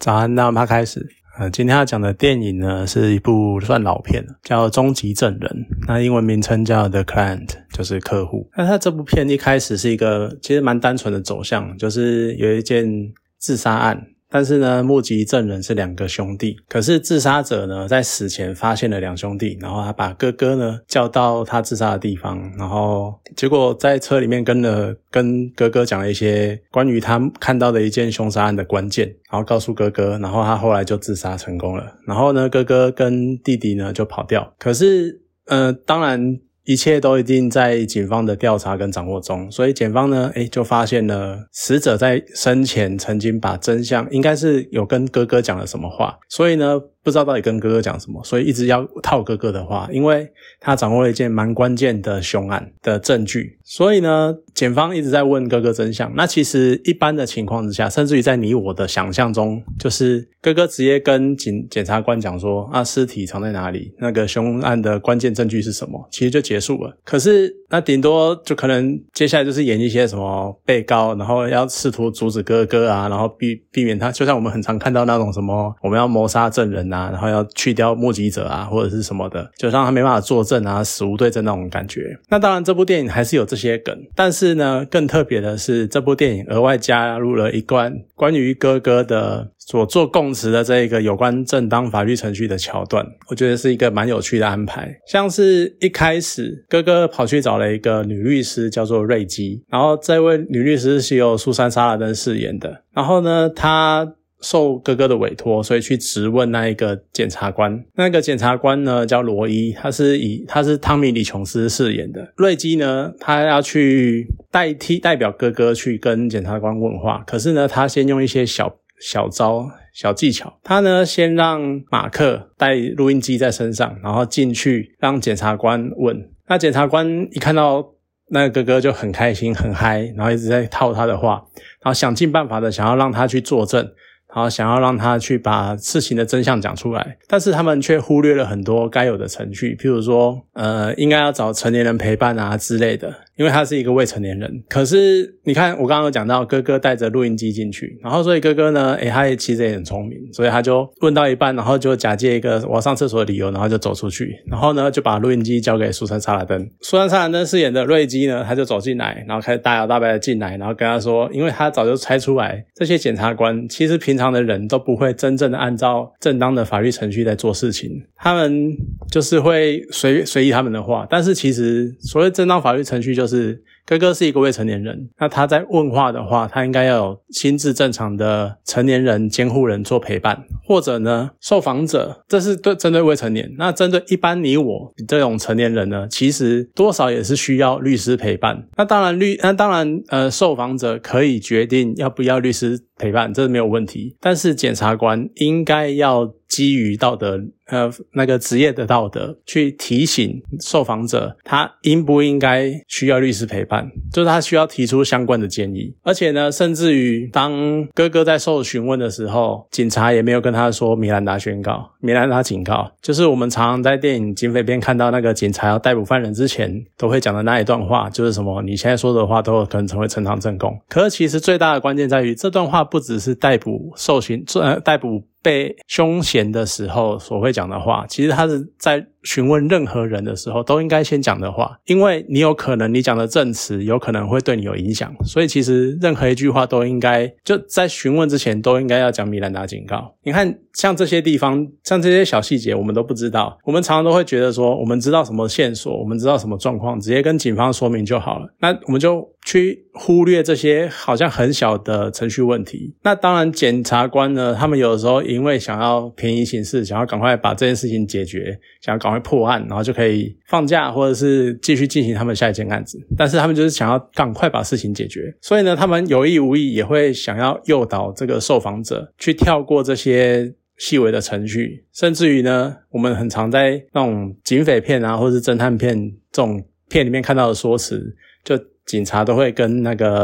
早安，那我们开始。今天要讲的电影呢是一部算老片了，叫《终极证人》，那英文名称叫 The Client， 就是客户。那它这部片一开始是一个其实蛮单纯的走向，就是有一件自杀案，但是呢目击证人是2个兄弟，可是自杀者呢在死前发现了2兄弟，然后他把哥哥呢叫到他自杀的地方，然后结果在车里面跟哥哥讲了一些关于他看到的一件凶杀案的关键，然后告诉哥哥，然后他后来就自杀成功了。然后呢哥哥跟弟弟呢就跑掉，可是当然一切都一定在警方的调查跟掌握中，所以检方呢就发现了死者在生前曾经把真相应该是有跟哥哥讲了什么话，所以呢不知道到底跟哥哥讲什么，所以一直要套哥哥的话，因为他掌握了一件蛮关键的凶案的证据，所以呢检方一直在问哥哥真相。那其实一般的情况之下，甚至于在你我的想象中，就是哥哥直接跟检察官讲说尸体藏在哪里，那个凶案的关键证据是什么，其实就结束了。可是那顶多就可能接下来就是演一些什么被告然后要试图阻止哥哥啊，然后避免他，就像我们很常看到那种什么我们要谋杀证人啊，然后要去掉目击者啊或者是什么的，就让他没办法作证啊，死无对证那种感觉。那当然这部电影还是有这些梗，但是呢更特别的是这部电影额外加入了一段关于哥哥的所做供词的这一个有关正当法律程序的桥段，我觉得是一个蛮有趣的安排。像是一开始哥哥跑去找了一个女律师叫做瑞基，然后这位女律师是由苏珊·莎拉登饰演的，然后呢她受哥哥的委托，所以去质问那一个检察官。那个检察官呢叫罗伊，他是汤米·李琼斯饰演的。瑞基呢他要去代表哥哥去跟检察官问话，可是呢他先用一些小招小技巧，他呢先让马克带录音机在身上，然后进去让检察官问。那检察官一看到那个哥哥就很开心很嗨，然后一直在套他的话，然后想尽办法的想要让他去作证，然后想要让他去把事情的真相讲出来，但是他们却忽略了很多该有的程序，譬如说应该要找成年人陪伴啊之类的，因为他是一个未成年人。可是你看我刚刚有讲到哥哥带着录音机进去，然后所以哥哥呢他其实也很聪明，所以他就问到一半，然后就假借一个我要上厕所的理由，然后就走出去，然后呢就把录音机交给苏珊·莎拉登。苏珊·莎拉登饰演的瑞基呢他就走进来，然后开始大摇大摆的进来，然后跟他说，因为他早就猜出来这些检察官其实平常的人都不会真正的按照正当的法律程序在做事情，他们就是会随意他们的话，但是其实所谓正当法律程序就是哥哥是一个未成年人，那他在问话的话，他应该要有心智正常的成年人监护人做陪伴，或者呢受访者，这是针对未成年。那针对一般你我这种成年人呢，其实多少也是需要律师陪伴。那当然受访者可以决定要不要律师陪伴，这是没有问题，但是检察官应该要基于道德那个职业的道德去提醒受访者他应不应该需要律师陪伴，就是他需要提出相关的建议。而且呢甚至于当哥哥在受询问的时候，警察也没有跟他说米兰达警告，就是我们常常在电影警匪片看到那个警察要逮捕犯人之前都会讲的那一段话，就是什么你现在说的话都有可能成为呈堂证供。可是其实最大的关键在于这段话不只是逮捕被凶嫌的时候所会讲的话，其实他是在询问任何人的时候都应该先讲的话，因为你有可能你讲的证词有可能会对你有影响，所以其实任何一句话都应该就在询问之前都应该要讲米兰达警告。你看像这些地方，像这些小细节我们都不知道，我们常常都会觉得说我们知道什么线索，我们知道什么状况，直接跟警方说明就好了，那我们就去忽略这些好像很小的程序问题。那当然检察官呢，他们有的时候因为想要便宜行事，想要赶快把这件事情解决，想要赶快破案，然后就可以放假或者是继续进行他们下一件案子，但是他们就是想要赶快把事情解决，所以呢他们有意无意也会想要诱导这个受访者去跳过这些细微的程序，甚至于呢我们很常在那种警匪片啊或是侦探片这种片里面看到的说辞，就警察都会跟那个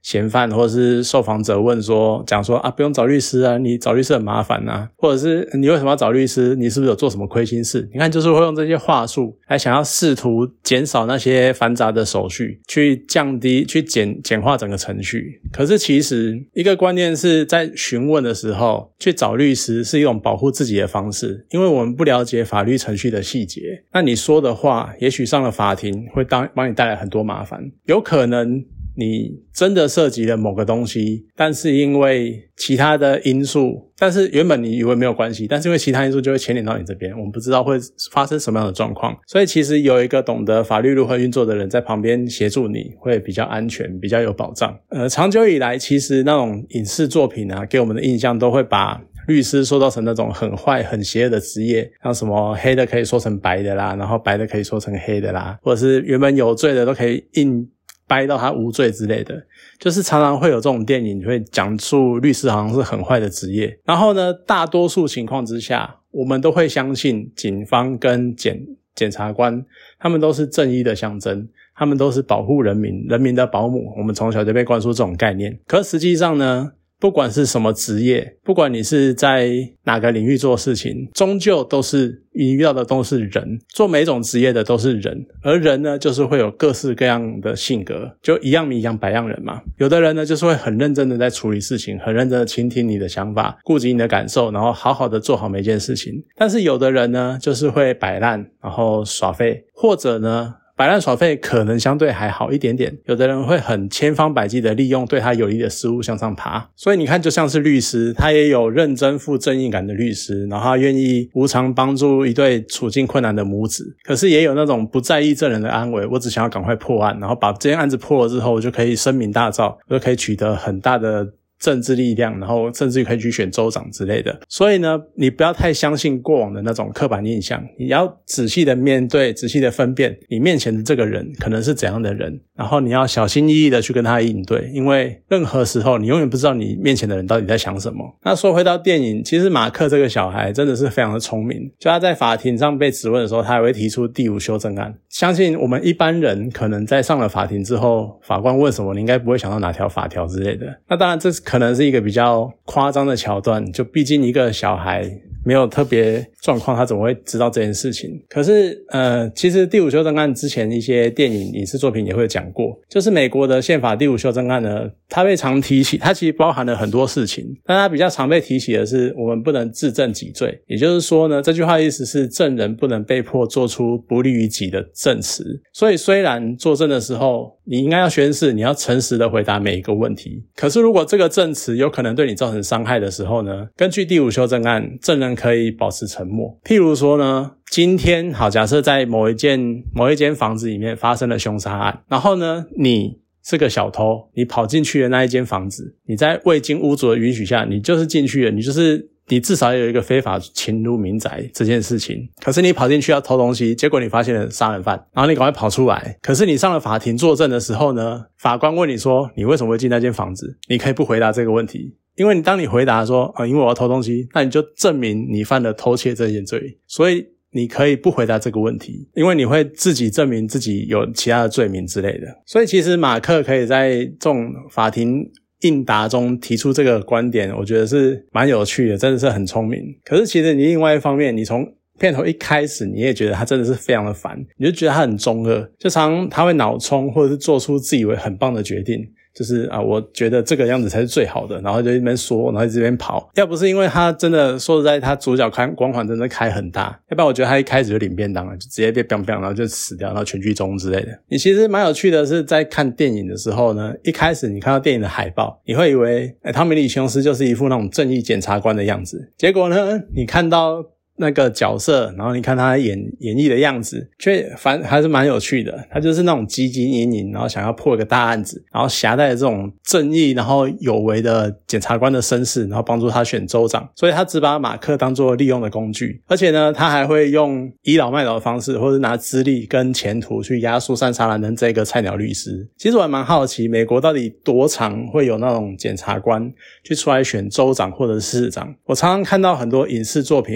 嫌犯或者是受访者问说讲说不用找律师啊，你找律师很麻烦啊，或者是你为什么要找律师，你是不是有做什么亏心事，你看就是会用这些话术来想要试图减少那些繁杂的手续，去降低去简化整个程序。可是其实一个观念是在询问的时候去找律师是一种保护自己的方式，因为我们不了解法律程序的细节，那你说的话也许上了法庭会帮你带来很多麻烦，有可能你真的涉及了某个东西，但是因为其他的因素，但是原本你以为没有关系，但是因为其他因素就会牵连到你这边，我们不知道会发生什么样的状况，所以其实有一个懂得法律如何运作的人在旁边协助你会比较安全，比较有保障。长久以来其实那种影视作品给我们的印象都会把律师塑造成那种很坏很邪恶的职业，像什么黑的可以说成白的啦，然后白的可以说成黑的啦，或者是原本有罪的都可以硬掰到他无罪之类的，就是常常会有这种电影会讲述律师好像是很坏的职业。然后呢，大多数情况之下我们都会相信警方跟检察官他们都是正义的象征，他们都是保护人民的保姆，我们从小就被灌输这种概念。可实际上呢，不管是什么职业，不管你是在哪个领域做事情，终究都是你遇到的都是人，做每一种职业的都是人，而人呢就是会有各式各样的性格，就一样米养百样人嘛。有的人呢就是会很认真的在处理事情，很认真的倾听你的想法，顾及你的感受，然后好好的做好每件事情。但是有的人呢就是会摆烂，然后耍废，或者呢摆烂耍废可能相对还好一点点，有的人会很千方百计的利用对他有利的事物向上爬。所以你看就像是律师，他也有认真负正义感的律师，然后他愿意无偿帮助一对处境困难的母子，可是也有那种不在意证人的安危，我只想要赶快破案，然后把这件案子破了之后我就可以声名大噪，我就可以取得很大的政治力量，然后甚至可以去选州长之类的。所以呢，你不要太相信过往的那种刻板印象，你要仔细的面对，仔细的分辨你面前的这个人可能是怎样的人，然后你要小心翼翼的去跟他应对，因为任何时候你永远不知道你面前的人到底在想什么。那说回到电影，其实马克这个小孩真的是非常的聪明，就他在法庭上被质问的时候，他还会提出第5修正案。相信我们一般人可能在上了法庭之后，法官问什么你应该不会想到哪条法条之类的，那当然这可能是一个比较夸张的桥段，就毕竟一个小孩没有特别状况，他怎么会知道这件事情？可是其实第5修正案之前一些电影影视作品也会讲过，就是美国的宪法第5修正案呢，它被常提起，它其实包含了很多事情，但它比较常被提起的是我们不能自证己罪，也就是说呢，这句话的意思是证人不能被迫做出不利于己的证词。所以虽然作证的时候你应该要宣誓，你要诚实的回答每一个问题，可是如果这个证词有可能对你造成伤害的时候呢，根据第5修正案，证人可以保持沉默。譬如说呢，今天好，假设在某一间房子里面发生了凶杀案，然后呢你是个小偷，你跑进去的那一间房子，你在未经屋主的允许下你就是进去了，你至少有一个非法侵入民宅这件事情，可是你跑进去要偷东西，结果你发现了杀人犯，然后你赶快跑出来，可是你上了法庭作证的时候呢，法官问你说你为什么会进那间房子，你可以不回答这个问题，因为当你回答说因为我要偷东西，那你就证明你犯了偷窃这件罪，所以你可以不回答这个问题，因为你会自己证明自己有其他的罪名之类的。所以其实马克可以在这种法庭应答中提出这个观点，我觉得是蛮有趣的，真的是很聪明。可是其实你另外一方面，你从片头一开始你也觉得他真的是非常的烦，你就觉得他很中二，就常他会脑冲或者是做出自以为很棒的决定，就是我觉得这个样子才是最好的，然后就一边说，然后一边跑。要不是因为他真的说实在他主角光环真的开很大，要不然我觉得他一开始就领便当了，就直接被 biang biang 然后就死掉，然后全剧终之类的。你其实蛮有趣的是在看电影的时候呢，一开始你看到电影的海报，你会以为汤米李琼斯就是一副那种正义检察官的样子，结果呢你看到那个角色，然后你看他演绎的样子，却还是蛮有趣的。他就是那种汲汲营营，然后想要破一个大案子，然后夹带着这种正义然后有为的检察官的身世，然后帮助他选州长。所以他只把马克当作利用的工具，而且呢他还会用倚老卖老的方式，或者拿资历跟前途去压苏珊·莎兰登这个菜鸟律师。其实我还蛮好奇美国到底多常会有那种检察官去出来选州长或者是市长。我常常看到很多影视作品会描述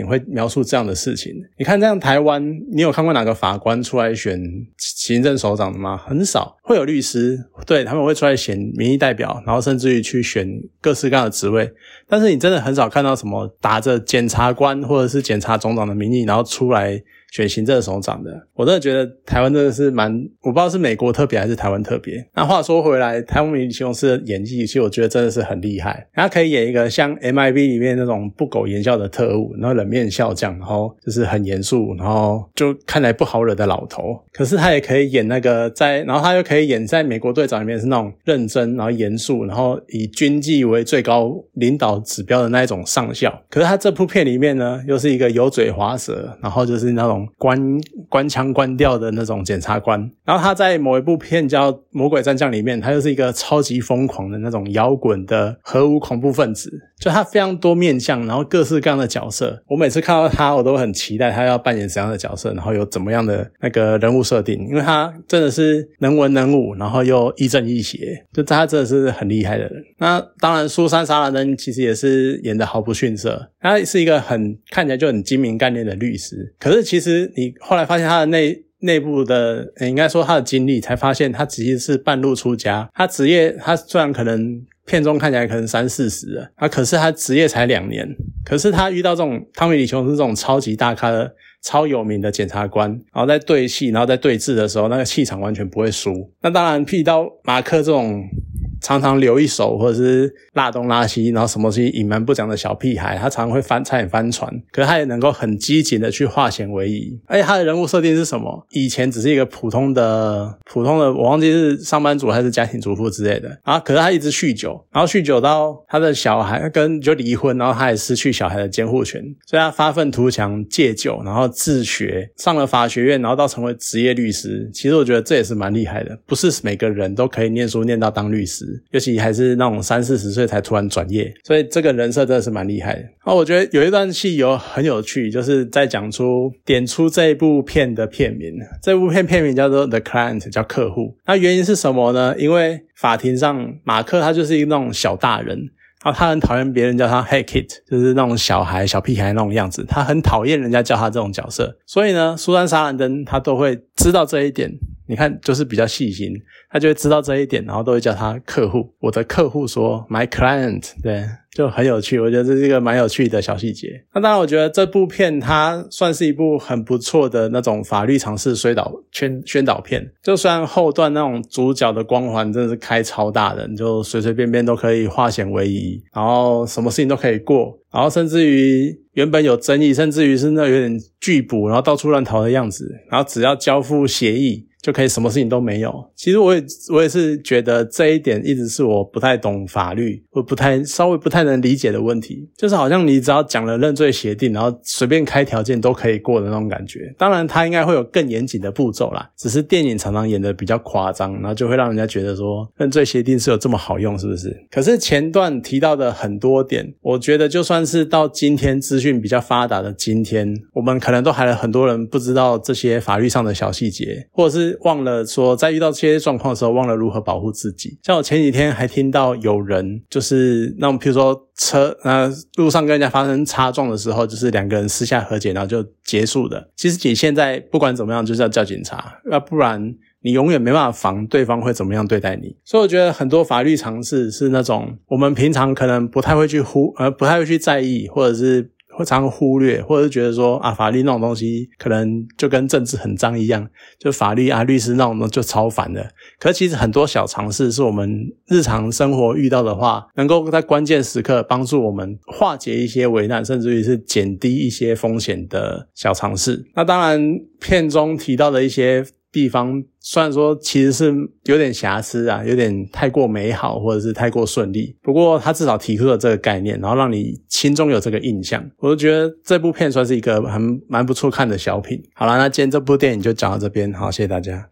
述这样的事情。你看这样台湾，你有看过哪个法官出来选行政首长的吗？很少。会有律师，对，他们会出来选民意代表，然后甚至于去选各式各样的职位，但是你真的很少看到什么打着检察官或者是检察总长的名义然后出来选行政首长的。我真的觉得台湾真的是我不知道是美国特别还是台湾特别。那话说回来，台湾李雄士的演技其实我觉得真的是很厉害，他可以演一个像 MIB 里面那种不苟言笑的特务，然后冷面笑匠，然后就是很严肃，然后就看来不好惹的老头，可是他也可以演那个然后他又可以演在美国队长里面是那种认真然后严肃，然后以军纪为最高领导指标的那一种上校。可是他这部片里面呢又是一个油嘴滑舌，然后就是那种官腔官调的那种检察官。然后他在某一部片叫《魔鬼战将》里面，他又是一个超级疯狂的那种摇滚的核武恐怖分子，就他非常多面向，然后各式各样的角色。我每次看到他我都很期待他要扮演怎样的角色，然后有怎么样的那个人物设定，因为他真的是能文能武，然后又亦正亦邪，就他真的是很厉害的人。那当然苏珊·莎拉登其实也是演得毫不逊色，他是一个看起来就很精明干练的律师，可是其实你后来发现他的内部的应该说他的经历，才发现他其实是半路出家。他职业他虽然可能片中看起来可能30-40了，可是他职业才2年，可是他遇到这种汤米·李琼斯这种超级大咖的超有名的检察官，然后在对戏然后在对峙的时候，那个气场完全不会输。那当然遇到马克这种常常留一手或者是拉东拉西，然后什么东西隐瞒不讲的小屁孩，他常常会差点翻船，可是他也能够很机警的去化险为夷。而且他的人物设定是什么？以前只是一个普通的我忘记是上班族还是家庭主妇之类的，然后可是他一直酗酒，然后酗酒到他的小孩就离婚，然后他也失去小孩的监护权，所以他发愤图强戒酒，然后自学上了法学院，然后到成为职业律师。其实我觉得这也是蛮厉害的，不是每个人都可以念书念到当律师，尤其还是那种30-40岁才突然转业，所以这个人设真的是蛮厉害的。然后我觉得有一段戏很有趣，就是在点出这一部片的片名。这部片片名叫做 The Client， 叫客户。那原因是什么呢？因为法庭上马克他就是一个那种小大人，然后他很讨厌别人叫他 Hey Kid， 就是那种小屁孩那种样子，他很讨厌人家叫他这种角色。所以呢，苏珊·莎兰登他都会知道这一点，你看就是比较细心，他就会知道这一点，然后都会叫他客户。我的客户说 My client， 对，就很有趣，我觉得这是一个蛮有趣的小细节。那当然我觉得这部片它算是一部很不错的那种法律常识宣导片，就虽然后段那种主角的光环真的是开超大的，你就随随便便都可以化险为夷，然后什么事情都可以过，然后甚至于原本有争议，甚至于是那有点拒捕然后到处乱逃的样子，然后只要交付协议就可以什么事情都没有。其实我也是觉得这一点一直是我不太懂法律或稍微不太能理解的问题，就是好像你只要讲了认罪协定，然后随便开条件都可以过的那种感觉。当然它应该会有更严谨的步骤啦，只是电影常常演得比较夸张，然后就会让人家觉得说认罪协定是有这么好用是不是？可是前段提到的很多点，我觉得就算是到今天资讯比较发达的今天，我们可能都还有很多人不知道这些法律上的小细节，或者是忘了说在遇到这些状况的时候忘了如何保护自己。像我前几天还听到有人就是那种譬如说路上跟人家发生擦撞的时候，就是2个人私下和解然后就结束的。其实你现在不管怎么样就是要叫警察，要不然你永远没办法防对方会怎么样对待你。所以我觉得很多法律常识是那种我们平常可能不太会去在意，或者是会常忽略，或者是觉得说法律那种东西可能就跟政治很脏一样，就法律律师那种就超烦的。可是其实很多小常识是我们日常生活遇到的话，能够在关键时刻帮助我们化解一些危难，甚至于是减低一些风险的小常识。那当然片中提到的一些地方虽然说其实是有点瑕疵啊，有点太过美好或者是太过顺利，不过他至少提出了这个概念，然后让你心中有这个印象。我就觉得这部片算是一个蛮不错看的小品。好啦，那今天这部电影就讲到这边，好，谢谢大家。